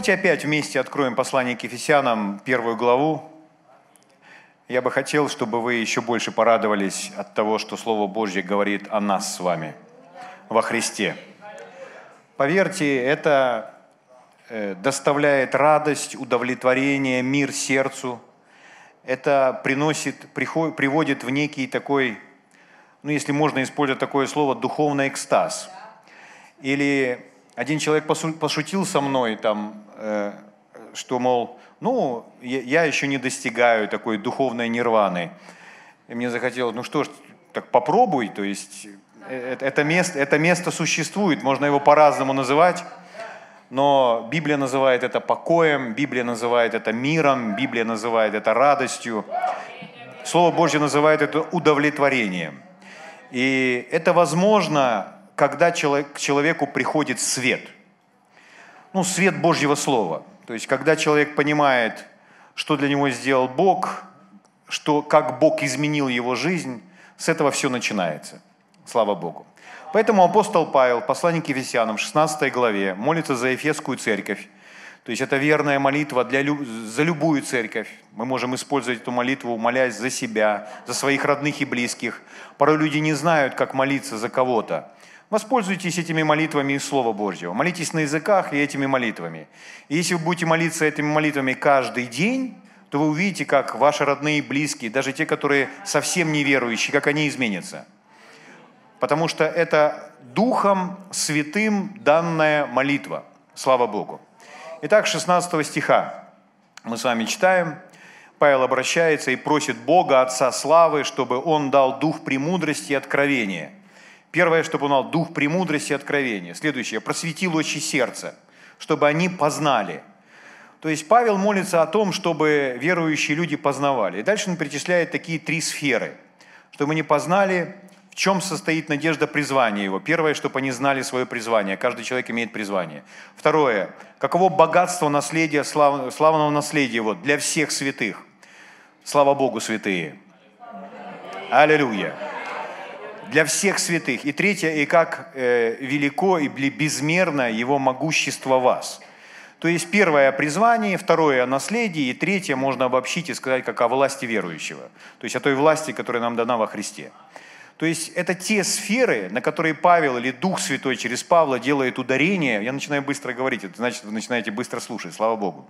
Давайте опять вместе откроем послание к Ефесянам, 1 главу. Я бы хотел, чтобы вы еще больше порадовались от того, что Слово Божье говорит о нас с вами во Христе. Поверьте, это доставляет радость, удовлетворение, мир сердцу. Это приводит в некий такой, если можно использовать такое слово, духовный экстаз. Или один человек пошутил со мной, что, мол, я еще не достигаю такой духовной нирваны. И мне захотелось, так попробуй, то есть это место существует, можно его по-разному называть, но Библия называет это покоем, Библия называет это миром, Библия называет это радостью, Слово Божье называет это удовлетворением. И это возможно, когда к человеку приходит свет. Свет Божьего Слова. То есть, когда человек понимает, что для него сделал Бог, как Бог изменил его жизнь, с этого все начинается. Слава Богу. Поэтому апостол Павел, послание к Ефесянам, 16 главе, молится за Ефесскую церковь. То есть, это верная молитва за любую церковь. Мы можем использовать эту молитву, молясь за себя, за своих родных и близких. Порой люди не знают, как молиться за кого-то. Воспользуйтесь этими молитвами из Слова Божьего. Молитесь на языках и этими молитвами. И если вы будете молиться этими молитвами каждый день, то вы увидите, как ваши родные и близкие, даже те, которые совсем неверующие, как они изменятся. Потому что это Духом Святым данная молитва. Слава Богу. Итак, 16 стиха мы с вами читаем. Павел обращается и просит Бога, Отца Славы, чтобы Он дал дух премудрости и откровения. Первое, чтобы Он дал дух премудрости и откровения. Следующее, просветил очи сердца, чтобы они познали. То есть Павел молится о том, чтобы верующие люди познавали. И дальше он перечисляет такие 3 сферы. Чтобы они познали, в чем состоит надежда призвания его. Первое, чтобы они знали свое призвание. Каждый человек имеет призвание. Второе, каково богатство наследия, славного наследия его для всех святых. Слава Богу, святые. Аллилуйя. Для всех святых. И третье, и как велико и безмерно его могущество вас. То есть первое о призвании, второе о наследии, и третье можно обобщить и сказать как о власти верующего. То есть о той власти, которая нам дана во Христе. То есть это те сферы, на которые Павел или Дух Святой через Павла делает ударение. Я начинаю быстро говорить, это значит, вы начинаете быстро слушать, слава Богу.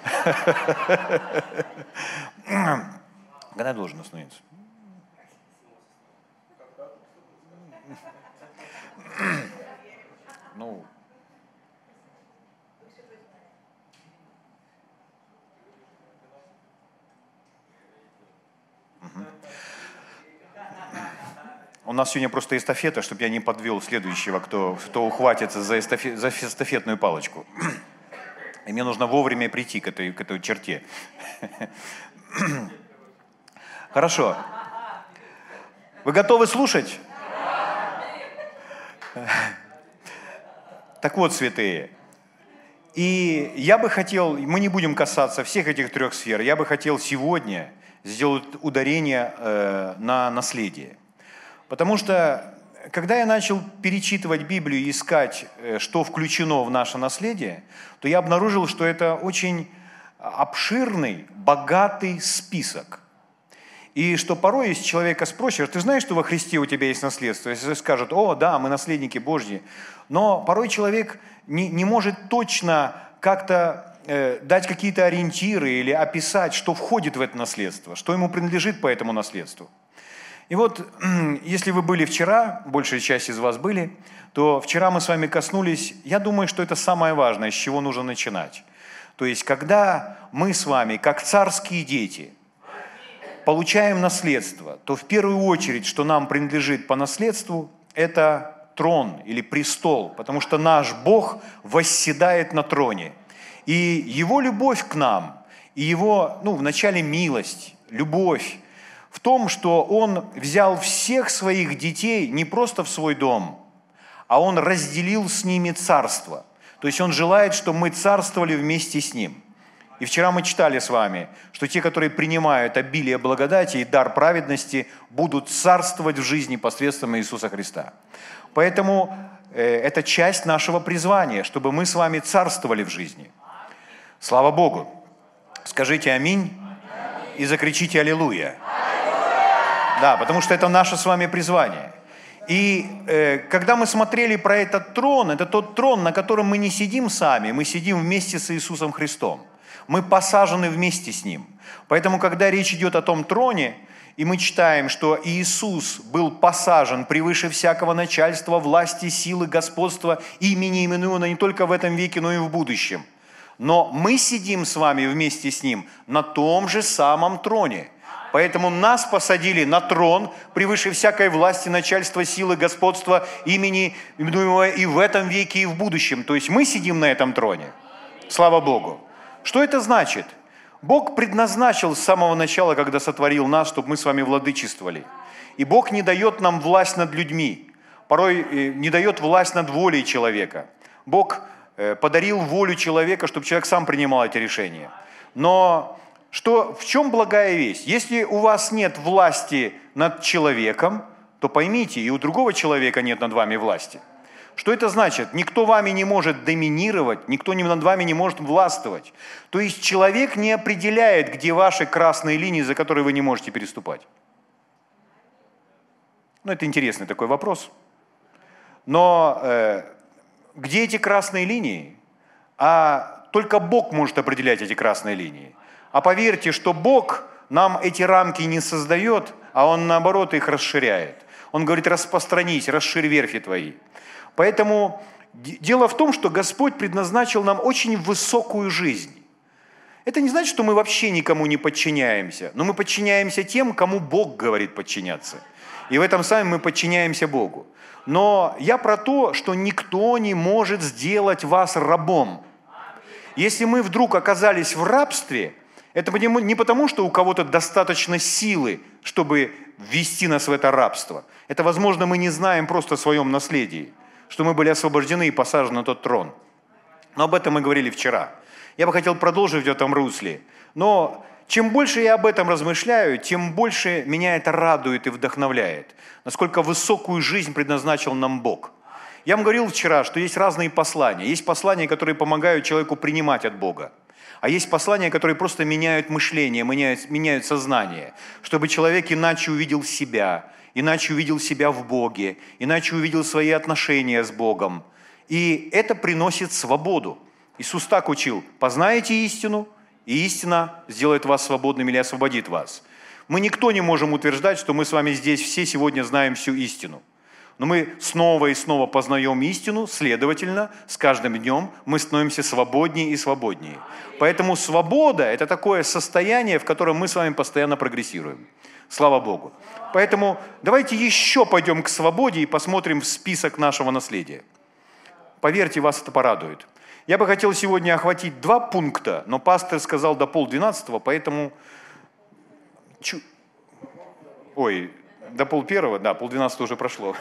Когда я должен остановиться? У нас сегодня просто эстафета, чтобы я не подвел следующего, кто ухватится за эстафетную палочку. И мне нужно вовремя прийти к этой черте. Хорошо. Вы готовы слушать? Так вот, святые. И я бы хотел, мы не будем касаться всех этих 3 сфер, я бы хотел сегодня сделать ударение на наследие. Потому что, когда я начал перечитывать Библию и искать, что включено в наше наследие, то я обнаружил, что это очень обширный, богатый список. И что порой, если человека спросишь, ты знаешь, что во Христе у тебя есть наследство? Если скажут, о, да, мы наследники Божьи. Но порой человек не может точно как-то дать какие-то ориентиры или описать, что входит в это наследство, что ему принадлежит по этому наследству. И вот, если вы были вчера, большая часть из вас были, то вчера мы с вами коснулись, я думаю, что это самое важное, с чего нужно начинать. То есть, когда мы с вами, как царские дети, получаем наследство, то в первую очередь, что нам принадлежит по наследству, это трон или престол, потому что наш Бог восседает на троне. И Его любовь к нам, и Его, вначале милость, любовь, в том, что Он взял всех своих детей не просто в свой дом, а Он разделил с ними царство. То есть Он желает, чтобы мы царствовали вместе с Ним. И вчера мы читали с вами, что те, которые принимают обилие благодати и дар праведности, будут царствовать в жизни посредством Иисуса Христа. Поэтому это часть нашего призвания, чтобы мы с вами царствовали в жизни. Слава Богу. Скажите аминь и закричите аллилуйя. Да, потому что это наше с вами призвание. И когда мы смотрели про этот трон, это тот трон, на котором мы не сидим сами, мы сидим вместе с Иисусом Христом. Мы посажены вместе с Ним. Поэтому, когда речь идет о том троне, и мы читаем, что Иисус был посажен превыше всякого начальства, власти, силы, господства, имени именуемого не только в этом веке, но и в будущем. Но мы сидим с вами вместе с Ним на том же самом троне. Поэтому нас посадили на трон превыше всякой власти, начальства, силы, господства, имени именуемого и в этом веке, и в будущем. То есть мы сидим на этом троне. Слава Богу. Что это значит? Бог предназначил с самого начала, когда сотворил нас, чтобы мы с вами владычествовали. И Бог не дает нам власть над людьми, порой не дает власть над волей человека. Бог подарил волю человека, чтобы человек сам принимал эти решения. Но в чем благая весть? Если у вас нет власти над человеком, то поймите, и у другого человека нет над вами власти. Что это значит? Никто вами не может доминировать, никто над вами не может властвовать. То есть человек не определяет, где ваши красные линии, за которые вы не можете переступать. Это интересный такой вопрос. Но где эти красные линии? А только Бог может определять эти красные линии. А поверьте, что Бог нам эти рамки не создает, а Он наоборот их расширяет. Он говорит: распространись, расширь верфи твои. Поэтому дело в том, что Господь предназначил нам очень высокую жизнь. Это не значит, что мы вообще никому не подчиняемся, но мы подчиняемся тем, кому Бог говорит подчиняться. И в этом самом мы подчиняемся Богу. Но я про то, что никто не может сделать вас рабом. Если мы вдруг оказались в рабстве, это не потому, что у кого-то достаточно силы, чтобы ввести нас в это рабство. Это, возможно, мы не знаем просто о своем наследии, что мы были освобождены и посажены на тот трон. Но об этом мы говорили вчера. Я бы хотел продолжить в этом русле. Но чем больше я об этом размышляю, тем больше меня это радует и вдохновляет. Насколько высокую жизнь предназначил нам Бог. Я вам говорил вчера, что есть разные послания. Есть послания, которые помогают человеку принимать от Бога. А есть послания, которые просто меняют мышление, меняют сознание, чтобы человек иначе увидел себя в Боге, иначе увидел свои отношения с Богом. И это приносит свободу. Иисус так учил: познаете истину, и истина сделает вас свободным или освободит вас. Мы никто не можем утверждать, что мы с вами здесь все сегодня знаем всю истину. Но мы снова и снова познаем истину, следовательно, с каждым днем мы становимся свободнее и свободнее. Поэтому свобода – это такое состояние, в котором мы с вами постоянно прогрессируем. Слава Богу. Поэтому давайте еще пойдем к свободе и посмотрим в список нашего наследия. Поверьте, вас это порадует. Я бы хотел сегодня охватить 2 пункта, но пастор сказал до 11:30, поэтому... До 11:30, да, 11:30 уже прошло.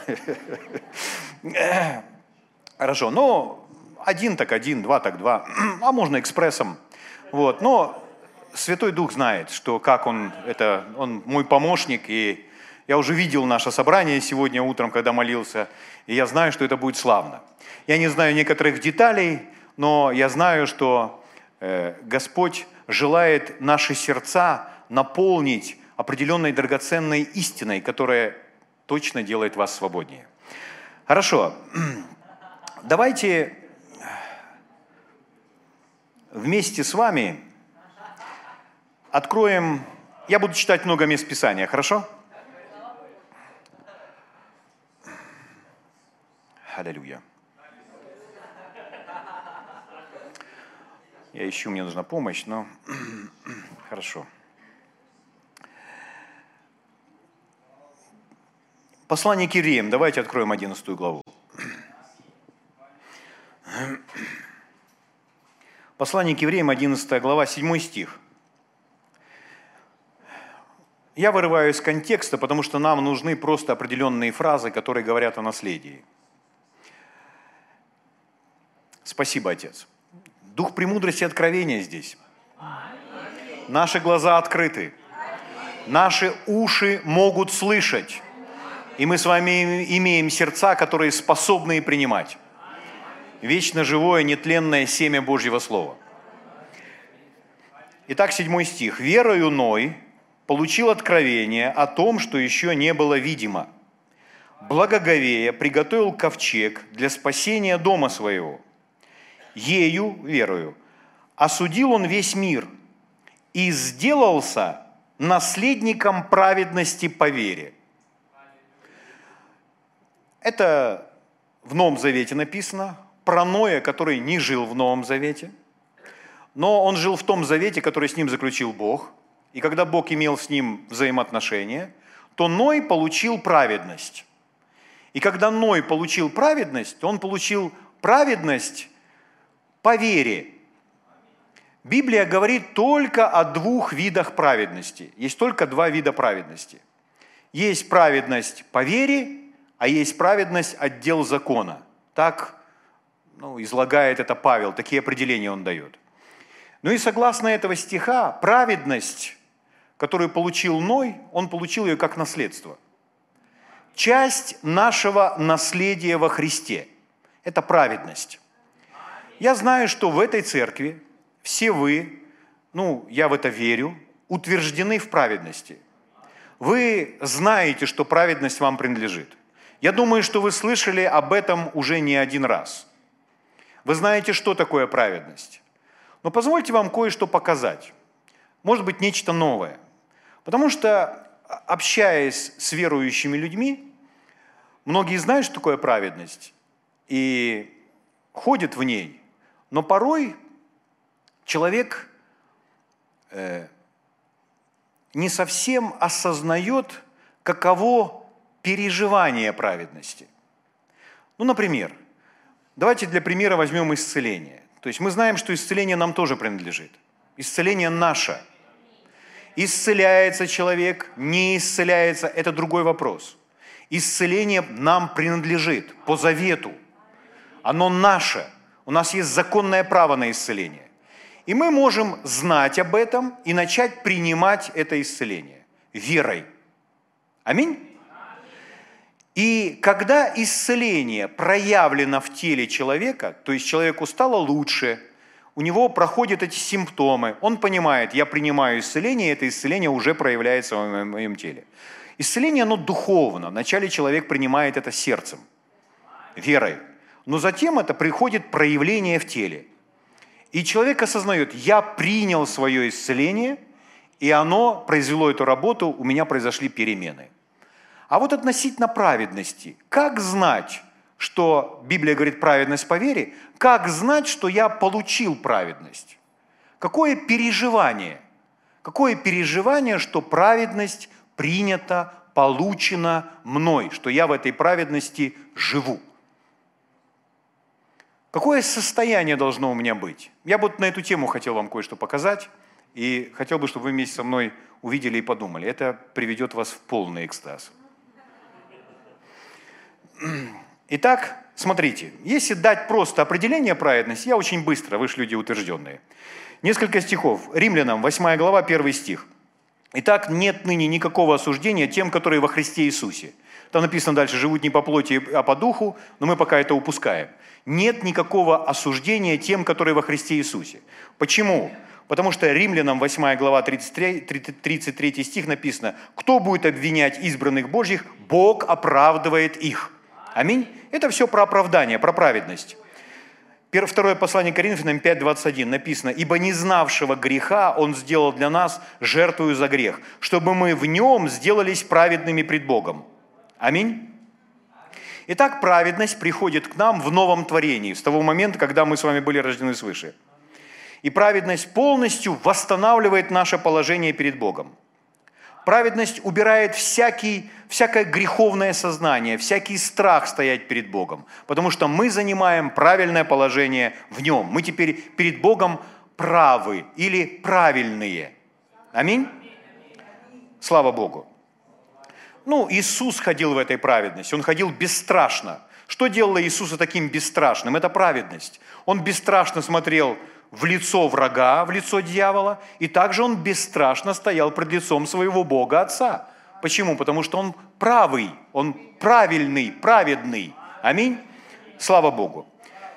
Хорошо, но 1 так 1, 2 так 2, а можно экспрессом. Но Святой Дух знает, что как он мой помощник, и я уже видел наше собрание сегодня утром, когда молился, и я знаю, что это будет славно. Я не знаю некоторых деталей, но я знаю, что Господь желает наши сердца наполнить определенной драгоценной истиной, которая точно делает вас свободнее. Хорошо. Давайте вместе с вами откроем... Я буду читать много мест Писания, хорошо? Аллилуйя. Я ищу, мне нужна помощь, но хорошо. Послание к Евреям. Давайте откроем 11 главу. Послание к Евреям, 11 глава, 7 стих. Я вырываю из контекста, потому что нам нужны просто определенные фразы, которые говорят о наследии. Спасибо, Отец. Дух премудрости и откровения здесь. Наши глаза открыты. Наши уши могут слышать. И мы с вами имеем сердца, которые способны принимать. Вечно живое, нетленное семя Божьего Слова. Итак, 7 стих. «Верою Ной получил откровение о том, что еще не было видимо. Благоговея приготовил ковчег для спасения дома своего. Ею, верою, осудил он весь мир и сделался наследником праведности по вере». Это в Новом Завете написано про Ноя, который не жил в Новом Завете, но он жил в том завете, который с ним заключил Бог. И когда Бог имел с ним взаимоотношения, то Ной получил праведность. И когда Ной получил праведность, он получил праведность по вере. Библия говорит только о 2 видах праведности. Есть только 2 вида праведности. Есть праведность по вере, а есть праведность от дел закона. Так излагает это Павел, такие определения он дает. Ну и согласно этого стиха, праведность, которую получил Ной, он получил ее как наследство. Часть нашего наследия во Христе – это праведность. Я знаю, что в этой церкви все вы, я в это верю, утверждены в праведности. Вы знаете, что праведность вам принадлежит. Я думаю, что вы слышали об этом уже не один раз. Вы знаете, что такое праведность. Но позвольте вам кое-что показать. Может быть, нечто новое. Потому что, общаясь с верующими людьми, многие знают, что такое праведность, и ходят в ней. Но порой человек не совсем осознает, каково переживание праведности. Например, давайте для примера возьмем исцеление. То есть мы знаем, что исцеление нам тоже принадлежит. Исцеление наше. Исцеляется человек, не исцеляется – это другой вопрос. Исцеление нам принадлежит по завету. Оно наше. У нас есть законное право на исцеление. И мы можем знать об этом и начать принимать это исцеление верой. Аминь? И когда исцеление проявлено в теле человека, то есть человеку стало лучше, у него проходят эти симптомы, он понимает, я принимаю исцеление, и это исцеление уже проявляется в моем теле. Исцеление, оно духовно. Вначале человек принимает это сердцем, верой. Но затем это приходит проявление в теле. И человек осознает, я принял свое исцеление, и оно произвело эту работу, у меня произошли перемены. А вот относительно праведности, как знать, что Библия говорит праведность по вере, как знать, что я получил праведность? Какое переживание? Какое переживание, что праведность принята, получена мной, что я в этой праведности живу? Какое состояние должно у меня быть? Я вот на эту тему хотел вам кое-что показать, и хотел бы, чтобы вы вместе со мной увидели и подумали. Это приведет вас в полный экстаз. Итак, смотрите, если дать просто определение праведности, я очень быстро, вы же люди утвержденные. Несколько стихов. Римлянам, 8 глава, 1 стих. «Итак, нет ныне никакого осуждения тем, которые во Христе Иисусе». Там написано дальше, живут не по плоти, а по духу, но мы пока это упускаем. Нет никакого осуждения тем, которые во Христе Иисусе. Почему? Потому что Римлянам 8 глава 33 стих написано, «Кто будет обвинять избранных Божьих? Бог оправдывает их». Аминь. Это все про оправдание, про праведность. Второе послание Коринфянам 5:21 написано, «Ибо не знавшего греха Он сделал для нас жертвою за грех, чтобы мы в Нем сделались праведными пред Богом». Аминь. Итак, праведность приходит к нам в новом творении, с того момента, когда мы с вами были рождены свыше. И праведность полностью восстанавливает наше положение перед Богом. Праведность убирает всякое греховное сознание, всякий страх стоять перед Богом, потому что мы занимаем правильное положение в Нем. Мы теперь перед Богом правы или правильные. Аминь? Слава Богу. Иисус ходил в этой праведности, Он ходил бесстрашно. Что делало Иисуса таким бесстрашным? Это праведность. Он бесстрашно смотрел в лицо врага, в лицо дьявола, и также Он бесстрашно стоял пред лицом своего Бога Отца. Почему? Потому что Он правый, Он правильный, праведный. Аминь. Слава Богу.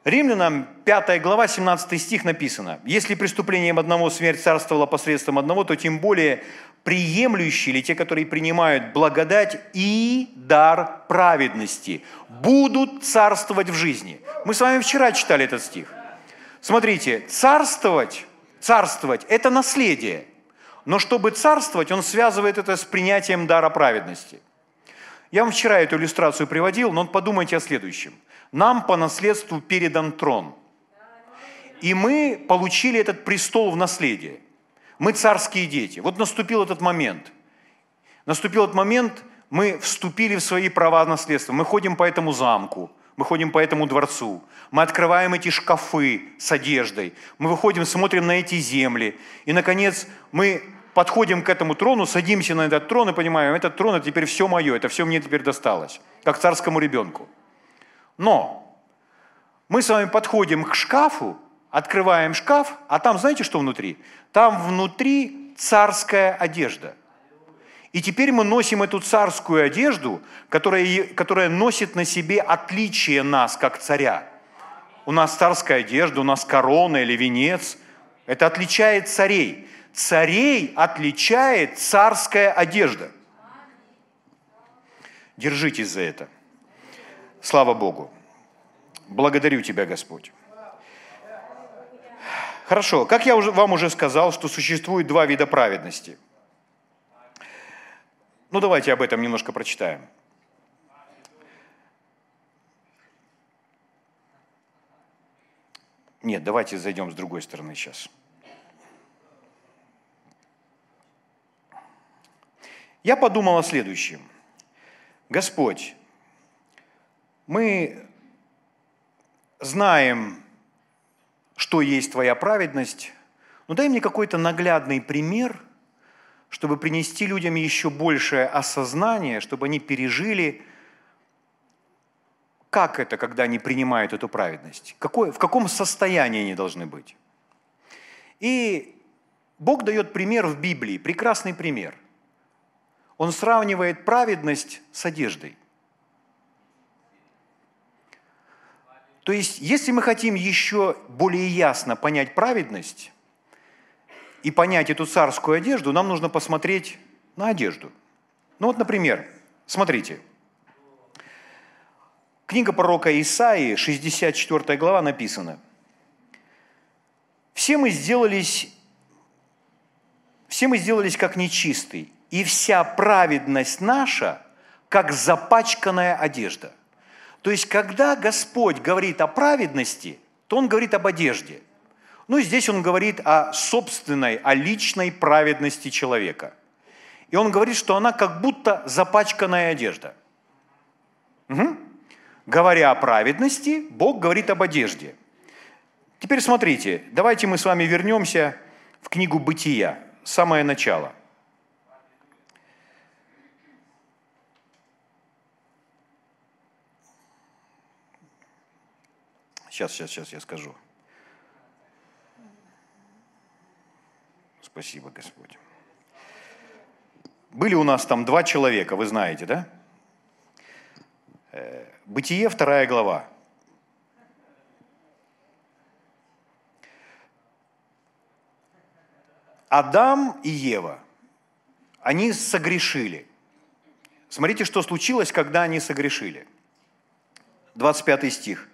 Римлянам 5 глава, 17 стих написано: «Если преступлением одного смерть царствовала посредством одного, то тем более приемлющие или те, которые принимают благодать и дар праведности, будут царствовать в жизни». Мы с вами вчера читали этот стих. Смотрите, царствовать – это наследие. Но чтобы царствовать, он связывает это с принятием дара праведности. Я вам вчера эту иллюстрацию приводил, но подумайте о следующем. Нам по наследству передан трон. И мы получили этот престол в наследие. Мы царские дети. Вот наступил этот момент. Наступил этот момент, мы вступили в свои права наследства. Мы ходим по этому замку, мы ходим по этому дворцу. Мы открываем эти шкафы с одеждой. Мы выходим, смотрим на эти земли. И, наконец, мы подходим к этому трону, садимся на этот трон и понимаем, этот трон – это теперь все мое, это все мне теперь досталось, как царскому ребенку. Но мы с вами подходим к шкафу, открываем шкаф, а там знаете, что внутри? Там внутри царская одежда. И теперь мы носим эту царскую одежду, которая носит на себе отличие нас, как царя. У нас царская одежда, у нас корона или венец. Это отличает царей. Царей отличает царская одежда. Держитесь за это. Слава Богу. Благодарю Тебя, Господь. Хорошо, как я вам уже сказал, что существует два вида праведности. Ну, давайте об этом немножко прочитаем. Нет, давайте зайдем с другой стороны сейчас. Я подумал о следующем. Господь, мы знаем, что есть Твоя праведность, но дай мне какой-то наглядный пример, чтобы принести людям еще большее осознание, чтобы они пережили, как это, когда они принимают эту праведность, в каком состоянии они должны быть. И Бог дает пример в Библии, прекрасный пример. Он сравнивает праведность с одеждой. То есть, если мы хотим еще более ясно понять праведность и понять эту царскую одежду, нам нужно посмотреть на одежду. Ну вот, например, смотрите. Книга пророка Исаии, 64 глава, написано: «Все мы сделались как нечистый, и вся праведность наша, как запачканная одежда». То есть, когда Господь говорит о праведности, то Он говорит об одежде. Ну, здесь Он говорит о собственной, о личной праведности человека. И Он говорит, что она как будто запачканная одежда. Угу. Говоря о праведности, Бог говорит об одежде. Теперь смотрите, давайте мы с вами вернемся в книгу «Бытия», самое начало. Сейчас я скажу. Спасибо, Господь. Были у нас там два человека, вы знаете, да? Бытие, 2 глава. Адам и Ева, они согрешили. Смотрите, что случилось, когда они согрешили. 25 стих.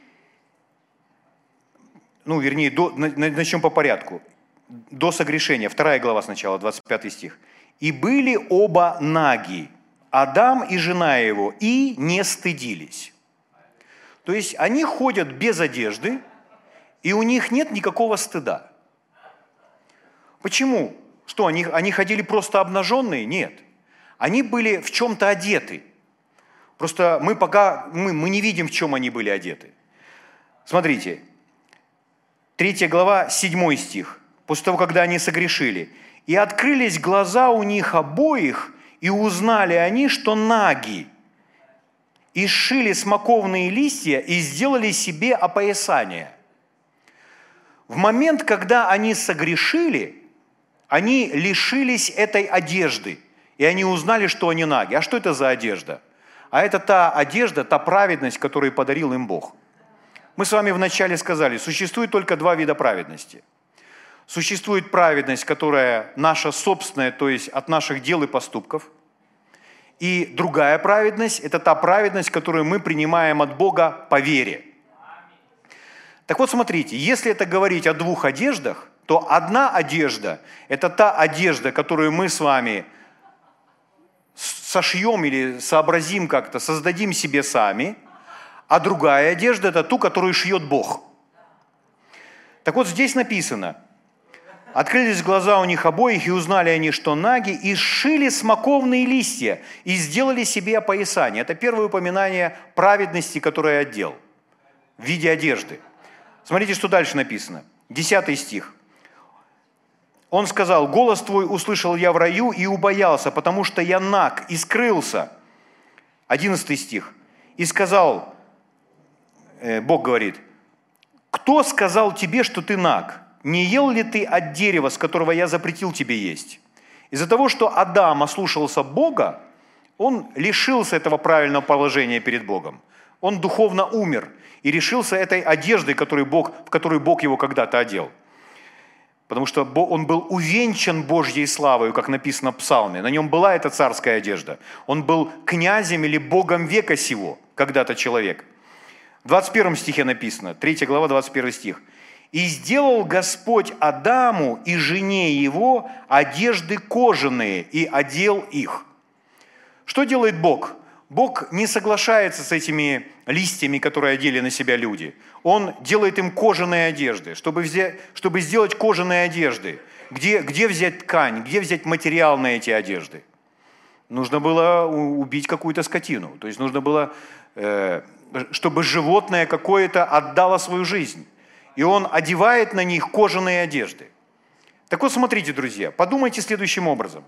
Ну, вернее, начнем по порядку. До согрешения, 2 глава сначала, 25 стих. «И были оба наги, Адам и жена его, и не стыдились». То есть они ходят без одежды, и у них нет никакого стыда. Почему? Что, они ходили просто обнаженные? Нет. Они были в чем-то одеты. Просто мы не видим, в чем они были одеты. Смотрите, 3 глава, 7 стих. После того, когда они согрешили. «И открылись глаза у них обоих, и узнали они, что наги, и сшили смоковные листья, и сделали себе опоясание». В момент, когда они согрешили, они лишились этой одежды, и они узнали, что они наги. А что это за одежда? А это та одежда, та праведность, которую подарил им Бог. Мы с вами вначале сказали, существует только два вида праведности. Существует праведность, которая наша собственная, то есть от наших дел и поступков. И другая праведность – это та праведность, которую мы принимаем от Бога по вере. Так вот, смотрите, если это говорить о двух одеждах, то одна одежда – это та одежда, которую мы с вами сошьем или сообразим как-то, создадим себе сами, а другая одежда – это ту, которую шьет Бог. Так вот, здесь написано: «Открылись глаза у них обоих, и узнали они, что наги, и сшили смоковные листья, и сделали себе опоясание». Это первое упоминание праведности, которое отдел в виде одежды. Смотрите, что дальше написано. 10 стих. Он сказал: «Голос твой услышал я в раю и убоялся, потому что я наг и скрылся». 11 стих. «И сказал», Бог говорит: «Кто сказал тебе, что ты наг? Не ел ли ты от дерева, с которого я запретил тебе есть?» Из-за того, что Адам ослушался Бога, он лишился этого правильного положения перед Богом. Он духовно умер и лишился этой одежды, в которую Бог его когда-то одел. Потому что он был увенчан Божьей славой, как написано в Псалме. На нем была эта царская одежда. Он был князем или богом века сего, когда-то человек. В 21 стихе написано, 3 глава, 21 стих. «И сделал Господь Адаму и жене его одежды кожаные, и одел их». Что делает Бог? Бог не соглашается с этими листьями, которые одели на себя люди. Он делает им кожаные одежды. Чтобы сделать кожаные одежды, где взять ткань, где взять материал на эти одежды? Нужно было убить какую-то скотину. То есть нужно было, чтобы животное какое-то отдало свою жизнь. И он одевает на них кожаные одежды. Так вот, смотрите, друзья, подумайте следующим образом.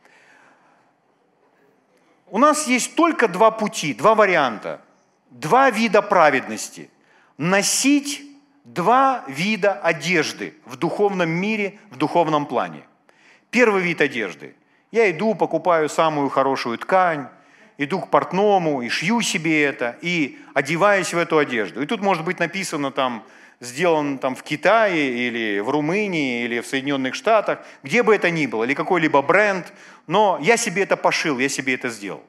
У нас есть только два пути, два варианта, два вида праведности. Носить два вида одежды в духовном мире, в духовном плане. Первый вид одежды. Я иду, покупаю самую хорошую ткань, иду к портному и шью себе это, и одеваюсь в эту одежду. И тут может быть написано там, сделан там в Китае или в Румынии или в Соединенных Штатах, где бы это ни было, или какой-либо бренд, но я себе это пошил, я себе это сделал.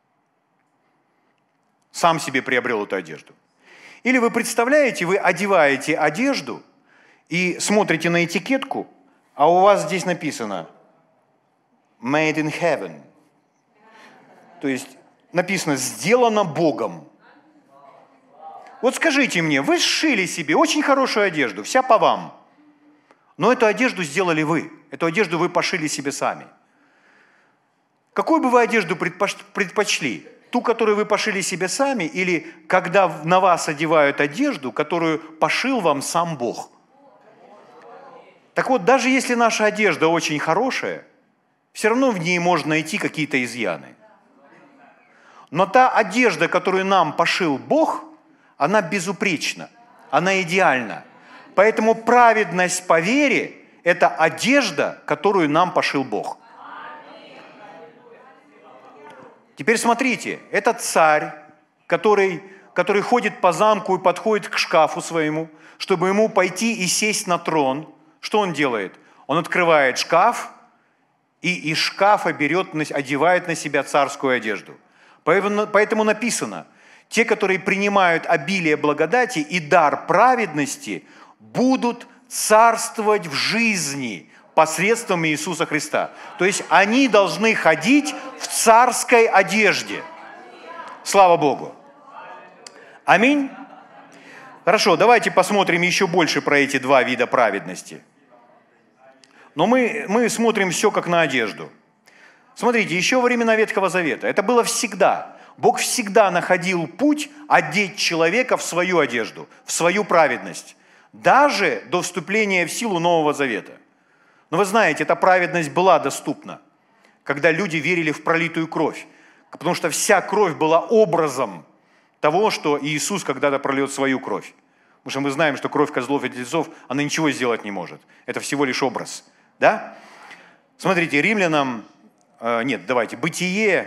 Сам себе приобрел эту одежду. Или вы представляете, вы одеваете одежду и смотрите на этикетку, а у вас здесь написано «Made in heaven». То есть написано «Сделано Богом». Вот скажите мне, вы сшили себе очень хорошую одежду, вся по вам, но эту одежду сделали вы, эту одежду вы пошили себе сами. Какую бы вы одежду предпочли? Ту, которую вы пошили себе сами, или когда на вас одевают одежду, которую пошил вам сам Бог? Так вот, даже если наша одежда очень хорошая, все равно в ней можно найти какие-то изъяны. Но та одежда, которую нам пошил Бог, она безупречна, она идеальна. Поэтому праведность по вере – это одежда, которую нам пошил Бог. Теперь смотрите, этот царь, который ходит по замку и подходит к шкафу своему, чтобы ему пойти и сесть на трон, что он делает? Он открывает шкаф и из шкафа одевает на себя царскую одежду. Поэтому написано, те, которые принимают обилие благодати и дар праведности, будут царствовать в жизни посредством Иисуса Христа. То есть они должны ходить в царской одежде. Слава Богу. Аминь. Хорошо, давайте посмотрим еще больше про эти два вида праведности. Но мы смотрим все как на одежду. Смотрите, еще во времена Ветхого Завета. Это было всегда. Бог всегда находил путь одеть человека в свою одежду, в свою праведность. Даже до вступления в силу Нового Завета. Но вы знаете, эта праведность была доступна, когда люди верили в пролитую кровь. Потому что вся кровь была образом того, что Иисус когда-то прольет свою кровь. Потому что мы знаем, что кровь козлов и тельцов, она ничего сделать не может. Это всего лишь образ. Да? Смотрите, Бытие,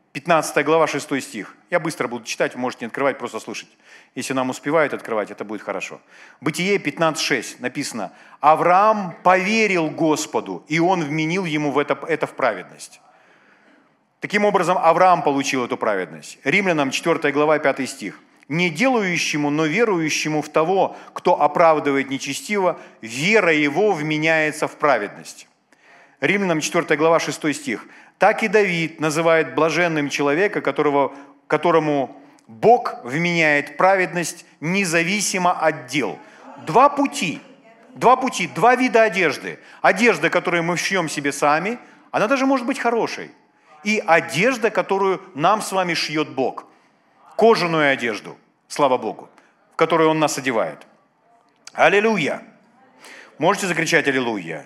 15 глава, 6 стих. Я быстро буду читать, вы можете не открывать, просто слушать. Если нам успевают открывать, это будет хорошо. Бытие 15:6 написано: «Авраам поверил Господу, и он вменил ему это в праведность». Таким образом, Авраам получил эту праведность. Римлянам 4 глава, 5 стих. «Не делающему, но верующему в того, кто оправдывает нечестиво, вера его вменяется в праведность». Римлянам 4 глава, 6 стих. «Так и Давид называет блаженным человека, которому Бог вменяет праведность независимо от дел». Два пути, два вида одежды. Одежда, которую мы шьем себе сами, она даже может быть хорошей. И одежда, которую нам с вами шьет Бог. Кожаную одежду, слава Богу, в которую Он нас одевает. Аллилуйя! Можете закричать «Аллилуйя»?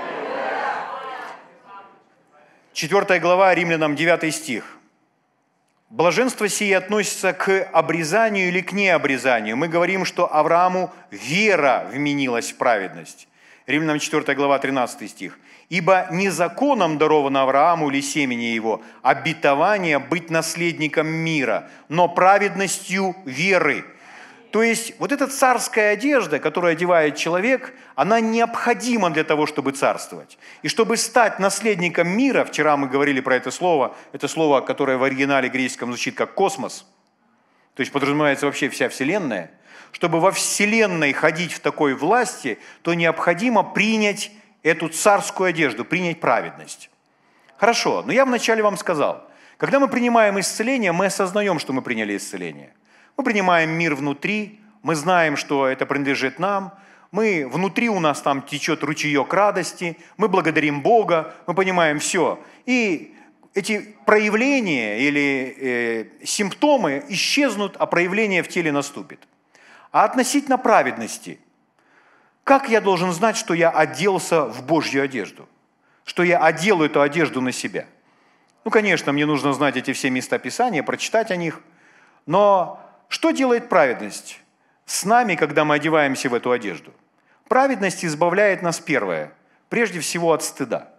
4 глава, Римлянам 9 стих. Блаженство сие относится к обрезанию или к необрезанию. Мы говорим, что Аврааму вера вменилась в праведность. Римлянам 4 глава, 13 стих. «Ибо не законом даровано Аврааму или семени его обетование быть наследником мира, но праведностью веры». То есть вот эта царская одежда, которую одевает человек, она необходима для того, чтобы царствовать. И чтобы стать наследником мира, вчера мы говорили про это слово, которое в оригинале греческом звучит как «космос», то есть подразумевается вообще вся Вселенная. Чтобы во Вселенной ходить в такой власти, то необходимо принять эту царскую одежду, принять праведность. Хорошо, но я вначале вам сказал, когда мы принимаем исцеление, мы осознаем, что мы приняли исцеление. Мы принимаем мир внутри, мы знаем, что это принадлежит нам, внутри у нас там течет ручеек радости, мы благодарим Бога, мы понимаем все. И эти проявления или симптомы исчезнут, а проявление в теле наступит. А относительно праведности, как я должен знать, что я оделся в Божью одежду? Что я одел эту одежду на себя? Ну, конечно, мне нужно знать эти все места Писания, прочитать о них. Но что делает праведность с нами, когда мы одеваемся в эту одежду? Праведность избавляет нас, первое, прежде всего от стыда.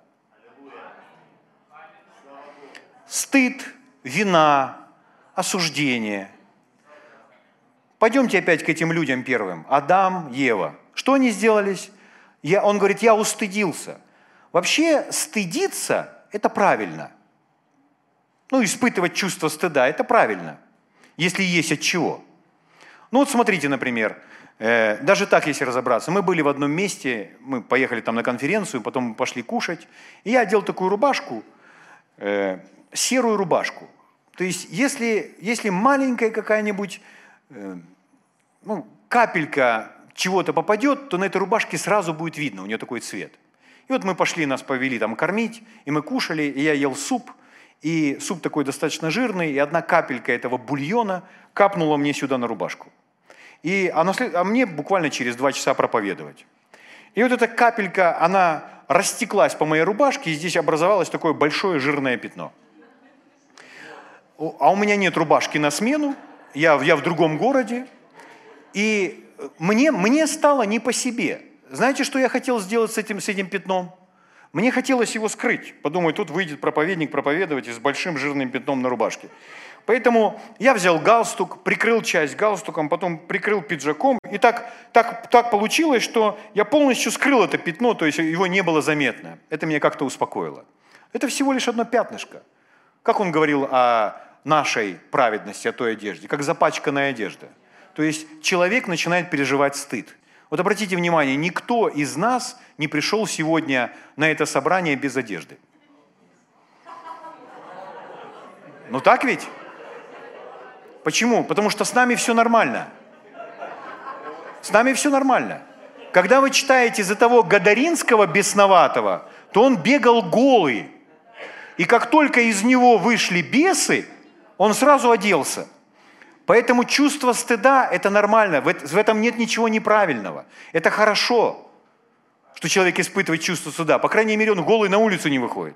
Стыд, вина, осуждение. Пойдемте опять к этим людям первым. Адам, Ева. Что они сделались? Он говорит, я устыдился. Вообще стыдиться – это правильно. Испытывать чувство стыда – это правильно. Если есть от чего. Вот смотрите, например, даже так, если разобраться. Мы были в одном месте, мы поехали там на конференцию, потом мы пошли кушать. И я одел такую рубашку, серую рубашку. То есть, если маленькая какая-нибудь капелька чего-то попадет, то на этой рубашке сразу будет видно, у нее такой цвет. И вот мы пошли, нас повели там кормить, и мы кушали, и я ел суп, и суп такой достаточно жирный, и одна капелька этого бульона капнула мне сюда на рубашку. А мне буквально через 2 часа проповедовать. И вот эта капелька, она растеклась по моей рубашке, и здесь образовалось такое большое жирное пятно. А у меня нет рубашки на смену, я в другом городе, и мне стало не по себе. Знаете, что я хотел сделать с этим пятном? Мне хотелось его скрыть. Подумаю, тут выйдет проповедник проповедовать с большим жирным пятном на рубашке. Поэтому я взял галстук, прикрыл часть галстуком, потом прикрыл пиджаком. И так получилось, что я полностью скрыл это пятно, то есть его не было заметно. Это меня как-то успокоило. Это всего лишь одно пятнышко. Как он говорил о нашей праведности, о той одежде? Как запачканная одежда. То есть человек начинает переживать стыд. Вот обратите внимание, никто из нас не пришел сегодня на это собрание без одежды. Так ведь? Почему? Потому что с нами все нормально. С нами все нормально. Когда вы читаете за того Гадаринского бесноватого, то он бегал голый. И как только из него вышли бесы, он сразу оделся. Поэтому чувство стыда – это нормально, в этом нет ничего неправильного. Это хорошо, что человек испытывает чувство стыда. По крайней мере, он голый на улицу не выходит.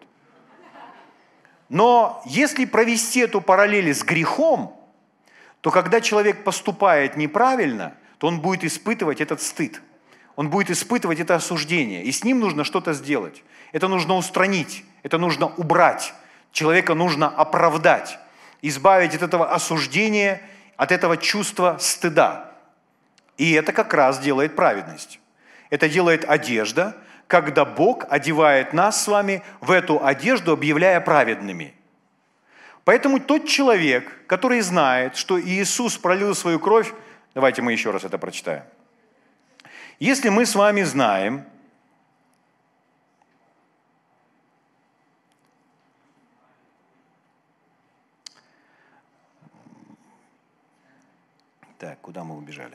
Но если провести эту параллель с грехом, то когда человек поступает неправильно, то он будет испытывать этот стыд. Он будет испытывать это осуждение. И с ним нужно что-то сделать. Это нужно устранить, это нужно убрать. Человека нужно оправдать, избавить от этого осуждения, от этого чувства стыда. И это как раз делает праведность. Это делает одежда, когда Бог одевает нас с вами в эту одежду, объявляя праведными. Поэтому тот человек, который знает, что Иисус пролил свою кровь, давайте мы еще раз это прочитаем. Если мы с вами знаем, так, куда мы убежали?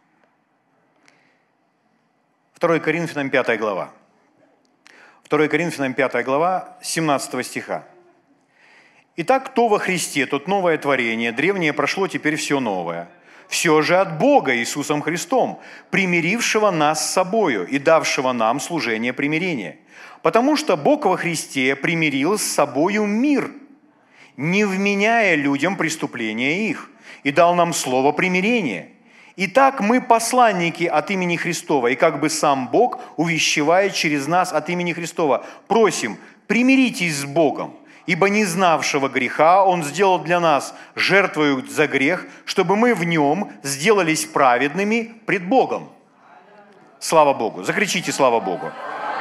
2 Коринфянам 5 глава. 2 Коринфянам 5 глава, 17 стиха. «Итак, кто во Христе, тот новое творение, древнее прошло, теперь все новое. Все же от Бога Иисусом Христом, примирившего нас с собою и давшего нам служение примирения. Потому что Бог во Христе примирил с собою мир, не вменяя людям преступления их, и дал нам слово примирения. Итак, мы посланники от имени Христова, и как бы сам Бог увещевает через нас от имени Христова. Просим, примиритесь с Богом, ибо не знавшего греха Он сделал для нас жертвою за грех, чтобы мы в Нем сделались праведными пред Богом». Слава Богу! Закричите «Слава Богу!».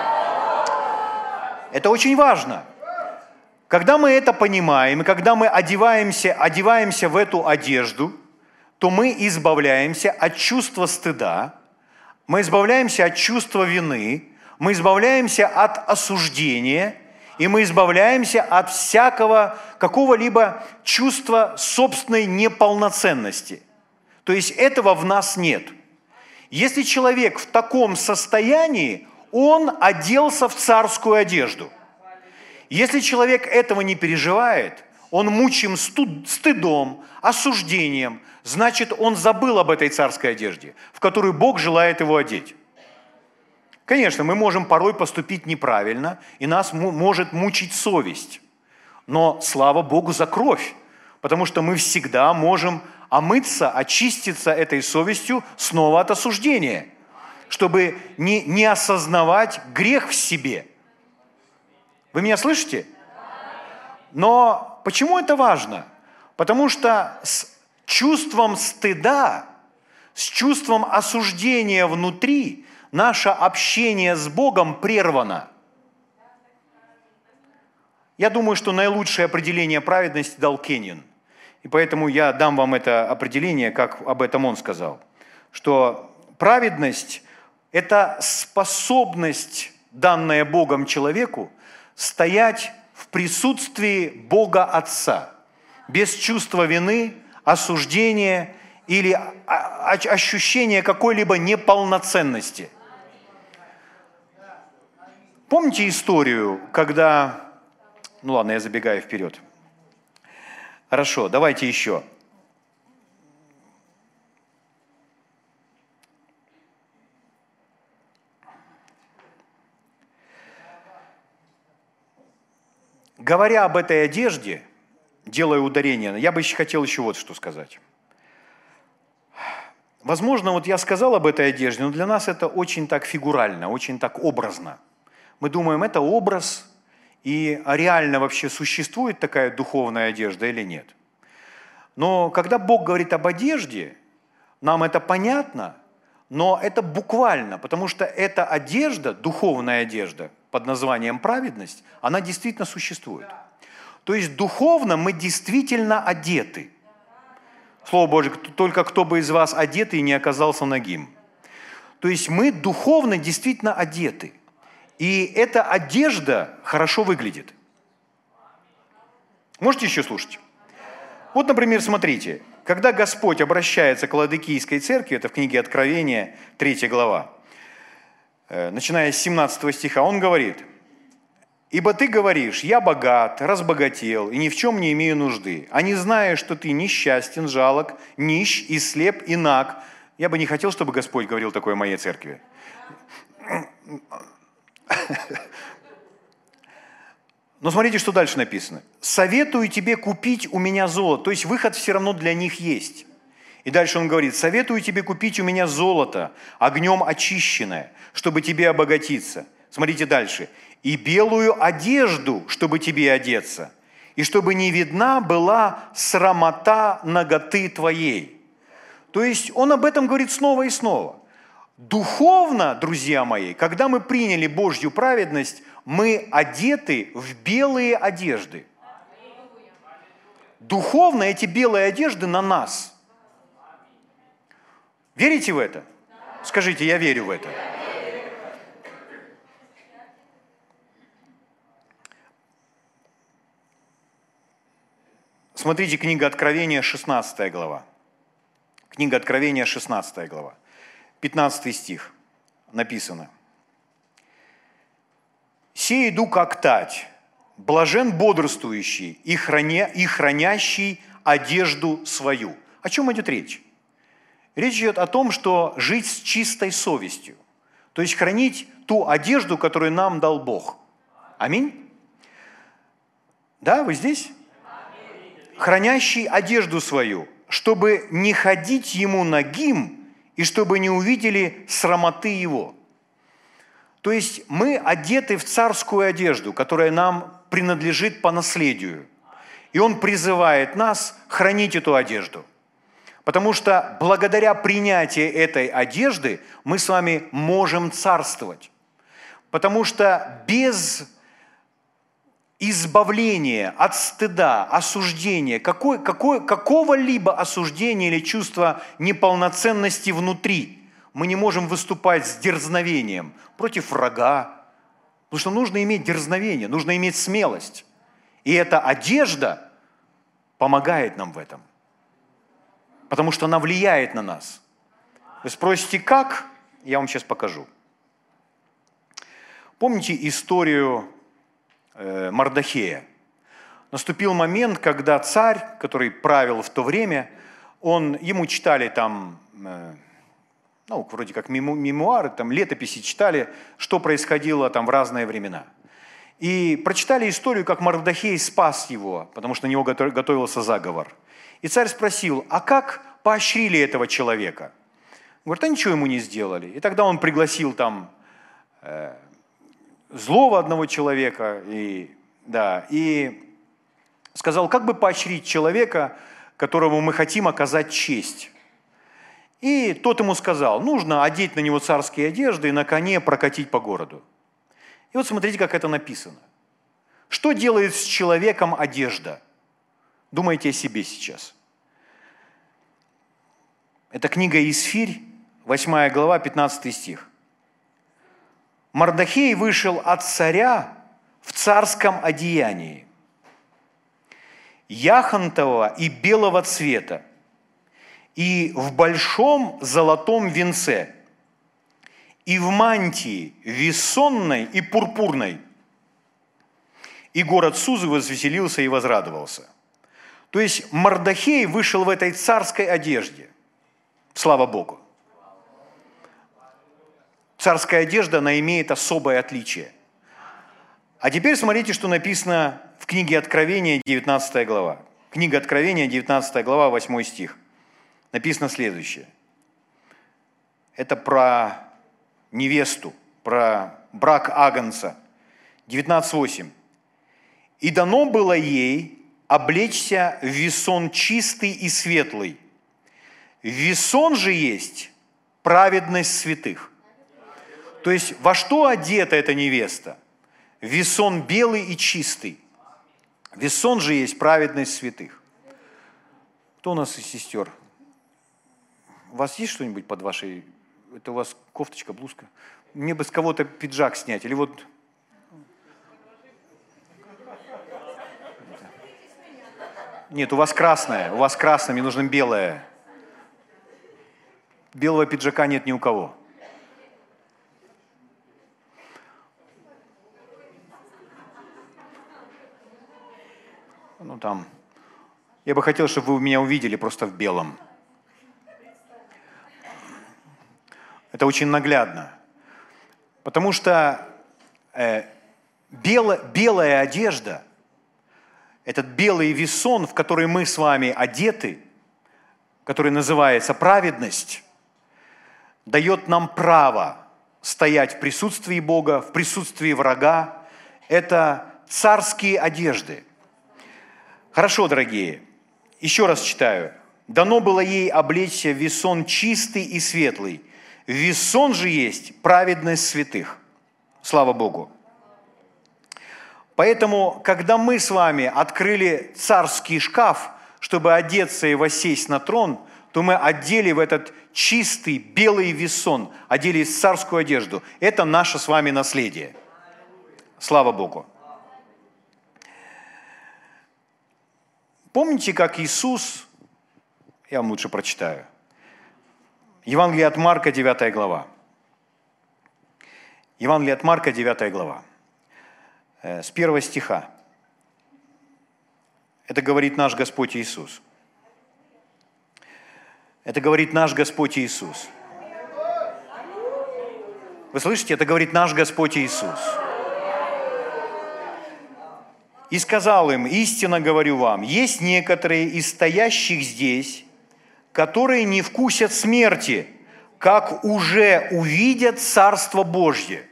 Это очень важно. Когда мы это понимаем, и когда мы одеваемся в эту одежду, то мы избавляемся от чувства стыда, мы избавляемся от чувства вины, мы избавляемся от осуждения, и мы избавляемся от всякого, какого-либо чувства собственной неполноценности. То есть этого в нас нет. Если человек в таком состоянии, он оделся в царскую одежду. Если человек этого не переживает, он мучим стыдом, осуждением, значит, он забыл об этой царской одежде, в которую Бог желает его одеть. Конечно, мы можем порой поступить неправильно, и нас может мучить совесть. Но слава Богу за кровь, потому что мы всегда можем омыться, очиститься этой совестью снова от осуждения, чтобы не осознавать грех в себе. Вы меня слышите? Но почему это важно? Потому что с чувством стыда, с чувством осуждения внутри наше общение с Богом прервано. Я думаю, что наилучшее определение праведности дал Кеннион. И поэтому я дам вам это определение, как об этом он сказал. Что праведность – это способность, данная Богом человеку, стоять в присутствии Бога Отца, без чувства вины, осуждения или ощущения какой-либо неполноценности. Помните историю, когда... Ну ладно, я забегаю вперед. Хорошо, давайте еще. Говоря об этой одежде, делая ударение, я бы хотел еще вот что сказать. Возможно, вот я сказал об этой одежде, но для нас это очень так фигурально, очень так образно. Мы думаем, это образ, и реально вообще существует такая духовная одежда или нет. Но когда Бог говорит об одежде, нам это понятно, но это буквально, потому что эта одежда, духовная одежда под названием праведность, она действительно существует. То есть духовно мы действительно одеты. Слово Божие, только кто бы из вас одет и не оказался нагим. То есть мы духовно действительно одеты. И эта одежда хорошо выглядит. Можете еще слушать? Вот, например, смотрите, когда Господь обращается к Ладикийской церкви, это в книге Откровения, 3 глава, начиная с 17 стиха, он говорит: «Ибо ты говоришь, я богат, разбогател, и ни в чем не имею нужды, а не зная, что ты несчастен, жалок, нищ и слеп, и наг». Я бы не хотел, чтобы Господь говорил такое в моей церкви. Но смотрите, что дальше написано. «Советую тебе купить у меня золото». То есть выход все равно для них есть. И дальше он говорит: «Советую тебе купить у меня золото, огнем очищенное, чтобы тебе обогатиться». Смотрите дальше. «И белую одежду, чтобы тебе одеться, и чтобы не видна была срамота наготы твоей». То есть он об этом говорит снова и снова. Духовно, друзья мои, когда мы приняли Божью праведность, мы одеты в белые одежды. Духовно эти белые одежды на нас. Верите в это? Скажите, я верю в это. Смотрите, книга Откровения, 16 глава. Книга Откровения, 16 глава. 15 стих написано. «Сей иду как тать, блажен бодрствующий и хранящий одежду свою». О чем идет речь? Речь идет о том, что жить с чистой совестью, то есть хранить ту одежду, которую нам дал Бог. Аминь? Да, вы здесь? Хранящий одежду свою, чтобы не ходить ему нагим и чтобы не увидели срамоты его. То есть мы одеты в царскую одежду, которая нам принадлежит по наследию. И Он призывает нас хранить эту одежду. Потому что благодаря принятию этой одежды мы с вами можем царствовать. Потому что без избавления от стыда, осуждения, какого-либо осуждения или чувства неполноценности внутри, мы не можем выступать с дерзновением против врага. Потому что нужно иметь дерзновение, нужно иметь смелость. И эта одежда помогает нам в этом. Потому что она влияет на нас. Вы спросите, как? Я вам сейчас покажу. Помните историю Мардохея? Наступил момент, когда царь, который правил в то время, ему читали там, вроде как мемуары, там летописи читали, что происходило там в разные времена. И прочитали историю, как Мардохей спас его, потому что на него готовился заговор. И царь спросил, а как поощрили этого человека? Говорит, а ничего ему не сделали. И тогда он пригласил там злого одного человека и сказал, как бы поощрить человека, которому мы хотим оказать честь. И тот ему сказал, нужно одеть на него царские одежды и на коне прокатить по городу. И вот смотрите, как это написано. Что делает с человеком одежда? Думайте о себе сейчас. Это книга Исфирь, 8 глава, 15 стих. «Мардохей вышел от царя в царском одеянии, яхонтового и белого цвета, и в большом золотом венце, и в мантии вессонной и пурпурной. И город Сузы возвеселился и возрадовался». То есть Мардохей вышел в этой царской одежде. Слава Богу. Царская одежда, она имеет особое отличие. А теперь смотрите, что написано в книге Откровения, 19 глава. Книга Откровения, 19 глава, 8 стих. Написано следующее. Это про невесту, про брак Агнца. 19:8. «И дано было ей облечься в весон чистый и светлый. Весон же есть праведность святых». То есть во что одета эта невеста? Весон белый и чистый. Весон же есть праведность святых. Кто у нас из сестер? У вас есть что-нибудь под вашей... Это у вас кофточка, блузка? Мне бы с кого-то пиджак снять. Или вот... Нет, у вас красное. Мне нужно белое. Белого пиджака нет ни у кого. Я бы хотел, чтобы вы меня увидели просто в белом. Это очень наглядно. Потому что белая одежда, этот белый весон, в который мы с вами одеты, который называется праведность, дает нам право стоять в присутствии Бога, в присутствии врага. Это царские одежды. Хорошо, дорогие. Еще раз читаю. «Дано было ей облечься в весон чистый и светлый. Весон же есть праведность святых». Слава Богу. Поэтому, когда мы с вами открыли царский шкаф, чтобы одеться и воссесть на трон, то мы одели в этот чистый белый весон, одели царскую одежду. Это наше с вами наследие. Слава Богу. Помните, как Иисус, я вам лучше прочитаю, Евангелие от Марка, 9 глава. Евангелие от Марка, 9 глава, с 1 стиха. Это говорит наш Господь Иисус. Это говорит наш Господь Иисус. Вы слышите? Это говорит наш Господь Иисус. «И сказал им: истинно говорю вам, есть некоторые из стоящих здесь, которые не вкусят смерти, как уже увидят Царство Божье,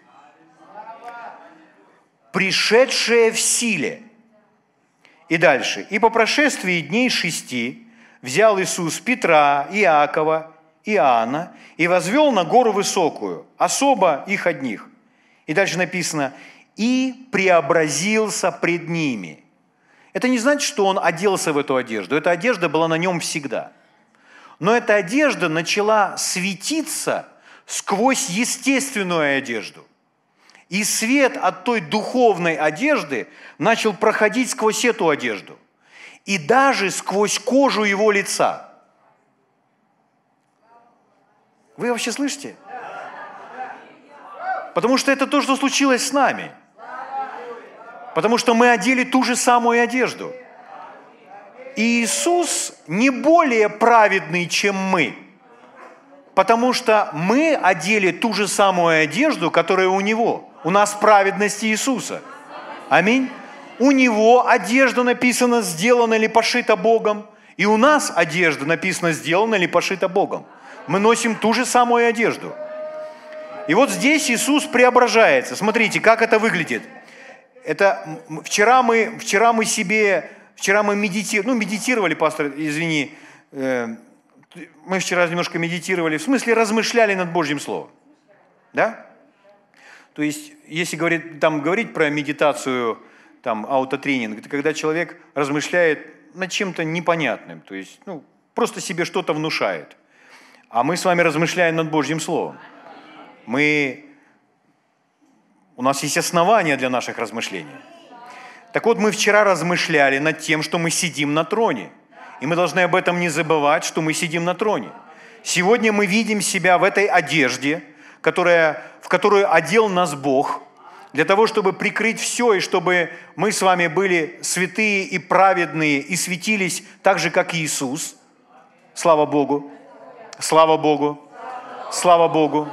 пришедшее в силе». И дальше. «И по прошествии дней 6 взял Иисус Петра, Иакова, Иоанна и возвел на гору высокую, особо их одних». И дальше написано: «И преобразился пред ними». Это не значит, что он оделся в эту одежду. Эта одежда была на нем всегда. Но эта одежда начала светиться сквозь естественную одежду. И свет от той духовной одежды начал проходить сквозь эту одежду. И даже сквозь кожу его лица. Вы вообще слышите? Потому что это то, что случилось с нами. Потому что мы одели ту же самую одежду. И Иисус не более праведный, чем мы. Потому что мы одели ту же самую одежду, которая у Него. У нас праведность Иисуса. Аминь. У Него одежда написано «сделана или пошита Богом». И у нас одежда написано «сделана или пошита Богом». Мы носим ту же самую одежду. И вот здесь Иисус преображается. Смотрите, как это выглядит. Это вчера мы медитировали, пастор, извини, мы вчера немножко медитировали, в смысле размышляли над Божьим Словом. Да? То есть, если говорить про медитацию, аутотренинг, это когда человек размышляет над чем-то непонятным, то есть, просто себе что-то внушает. А мы с вами размышляем над Божьим Словом. У нас есть основания для наших размышлений. Так вот, мы вчера размышляли над тем, что мы сидим на троне. И мы должны об этом не забывать, что мы сидим на троне. Сегодня мы видим себя в этой одежде, в которую одел нас Бог, для того, чтобы прикрыть все, и чтобы мы с вами были святые и праведные, и светились так же, как Иисус. Слава Богу! Слава Богу! Слава Богу!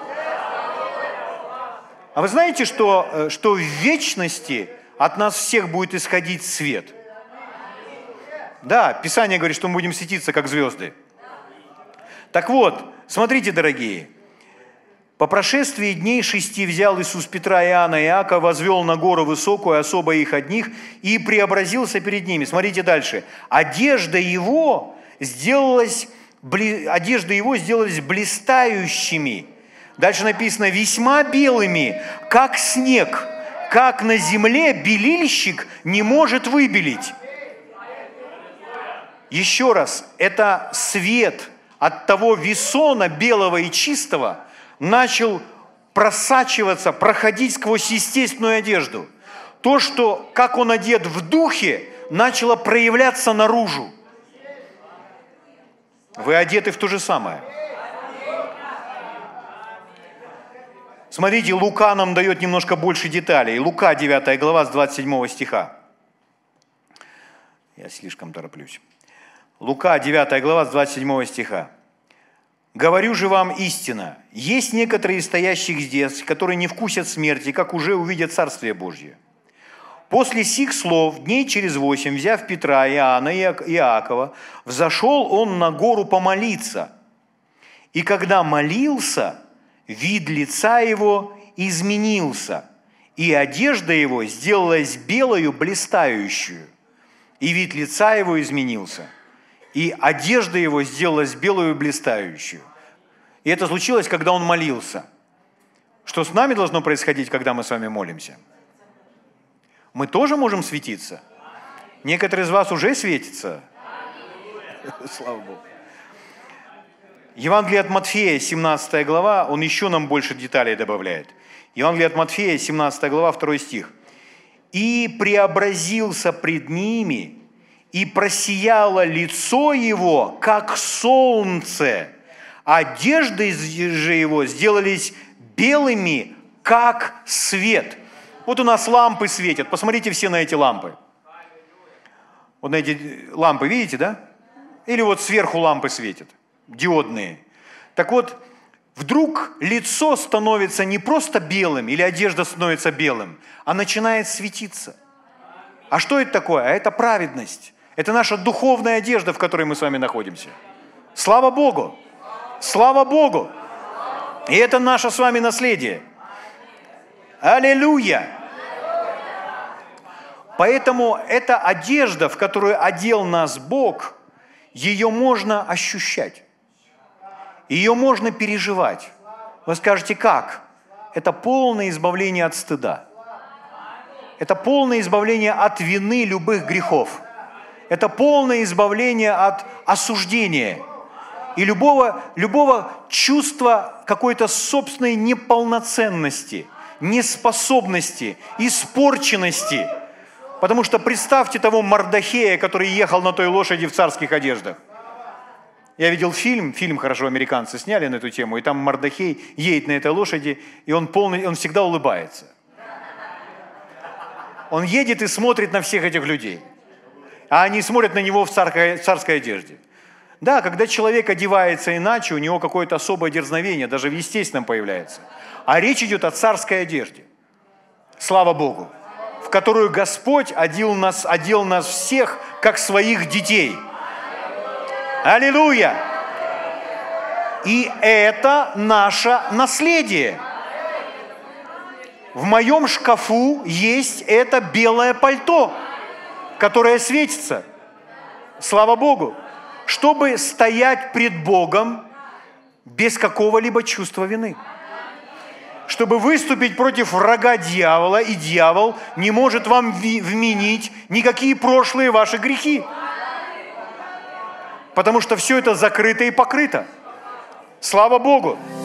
А вы знаете, что в вечности от нас всех будет исходить свет? Да, Писание говорит, что мы будем светиться, как звезды. Так вот, смотрите, дорогие. «По прошествии дней 6 взял Иисус Петра, Иоанна и Иакова, возвел на гору высокую, особо их одних, и преобразился перед ними». Смотрите дальше. Одежда его сделалась блистающими. Дальше написано: «весьма белыми, как снег, как на земле белильщик не может выбелить». Еще раз, это свет от того весона белого и чистого начал просачиваться, проходить сквозь естественную одежду. То, что, как он одет в духе, начало проявляться наружу. Вы одеты в то же самое. Смотрите, Лука нам дает немножко больше деталей. Лука, 9 глава, с 27 стиха. Я слишком тороплюсь. Лука, 9 глава, с 27 стиха. «Говорю же вам истинно, есть некоторые из стоящих здесь, которые не вкусят смерти, как уже увидят Царствие Божье. После сих слов, дней через 8, взяв Петра, Иоанна и Иакова, взошел он на гору помолиться. И когда молился, вид лица его изменился, и одежда его сделалась белою блистающую. и вид лица его изменился, и одежда его сделалась белую и блистающую. И это случилось, когда он молился. Что с нами должно происходить, когда мы с вами молимся? Мы тоже можем светиться. Некоторые из вас уже светятся. Слава Богу. Евангелие от Матфея, 17 глава, он еще нам больше деталей добавляет. Евангелие от Матфея, 17 глава, 2 стих. «И преобразился пред ними, и просияло лицо его, как солнце, одежды же его сделались белыми, как свет». Вот у нас лампы светят. Посмотрите все на эти лампы. Вот на эти лампы, видите, да? Или вот сверху лампы светят, диодные. Так вот, вдруг лицо становится не просто белым, или одежда становится белым, а начинает светиться. А что это такое? А это праведность. Это наша духовная одежда, в которой мы с вами находимся. Слава Богу! Слава Богу! И это наше с вами наследие. Аллилуйя! Поэтому эта одежда, в которую одел нас Бог, ее можно ощущать. Ее можно переживать. Вы скажете, как? Это полное избавление от стыда. Это полное избавление от вины любых грехов. Это полное избавление от осуждения и любого чувства какой-то собственной неполноценности, неспособности, испорченности. Потому что представьте того Мордохея, который ехал на той лошади в царских одеждах. Я видел фильм хорошо американцы сняли на эту тему, и там Мордохей едет на этой лошади, и он всегда улыбается. Он едет и смотрит на всех этих людей, а они смотрят на него в царской одежде. Да, когда человек одевается иначе, у него какое-то особое дерзновение, даже в естественном появляется. А речь идет о царской одежде. Слава Богу, в которую Господь одел нас всех, как своих детей. Аллилуйя! И это наше наследие. В моем шкафу есть это белое пальто, которое светится. Слава Богу! Чтобы стоять пред Богом без какого-либо чувства вины. Чтобы выступить против врага дьявола, и дьявол не может вам вменить никакие прошлые ваши грехи. Потому что все это закрыто и покрыто. Слава Богу!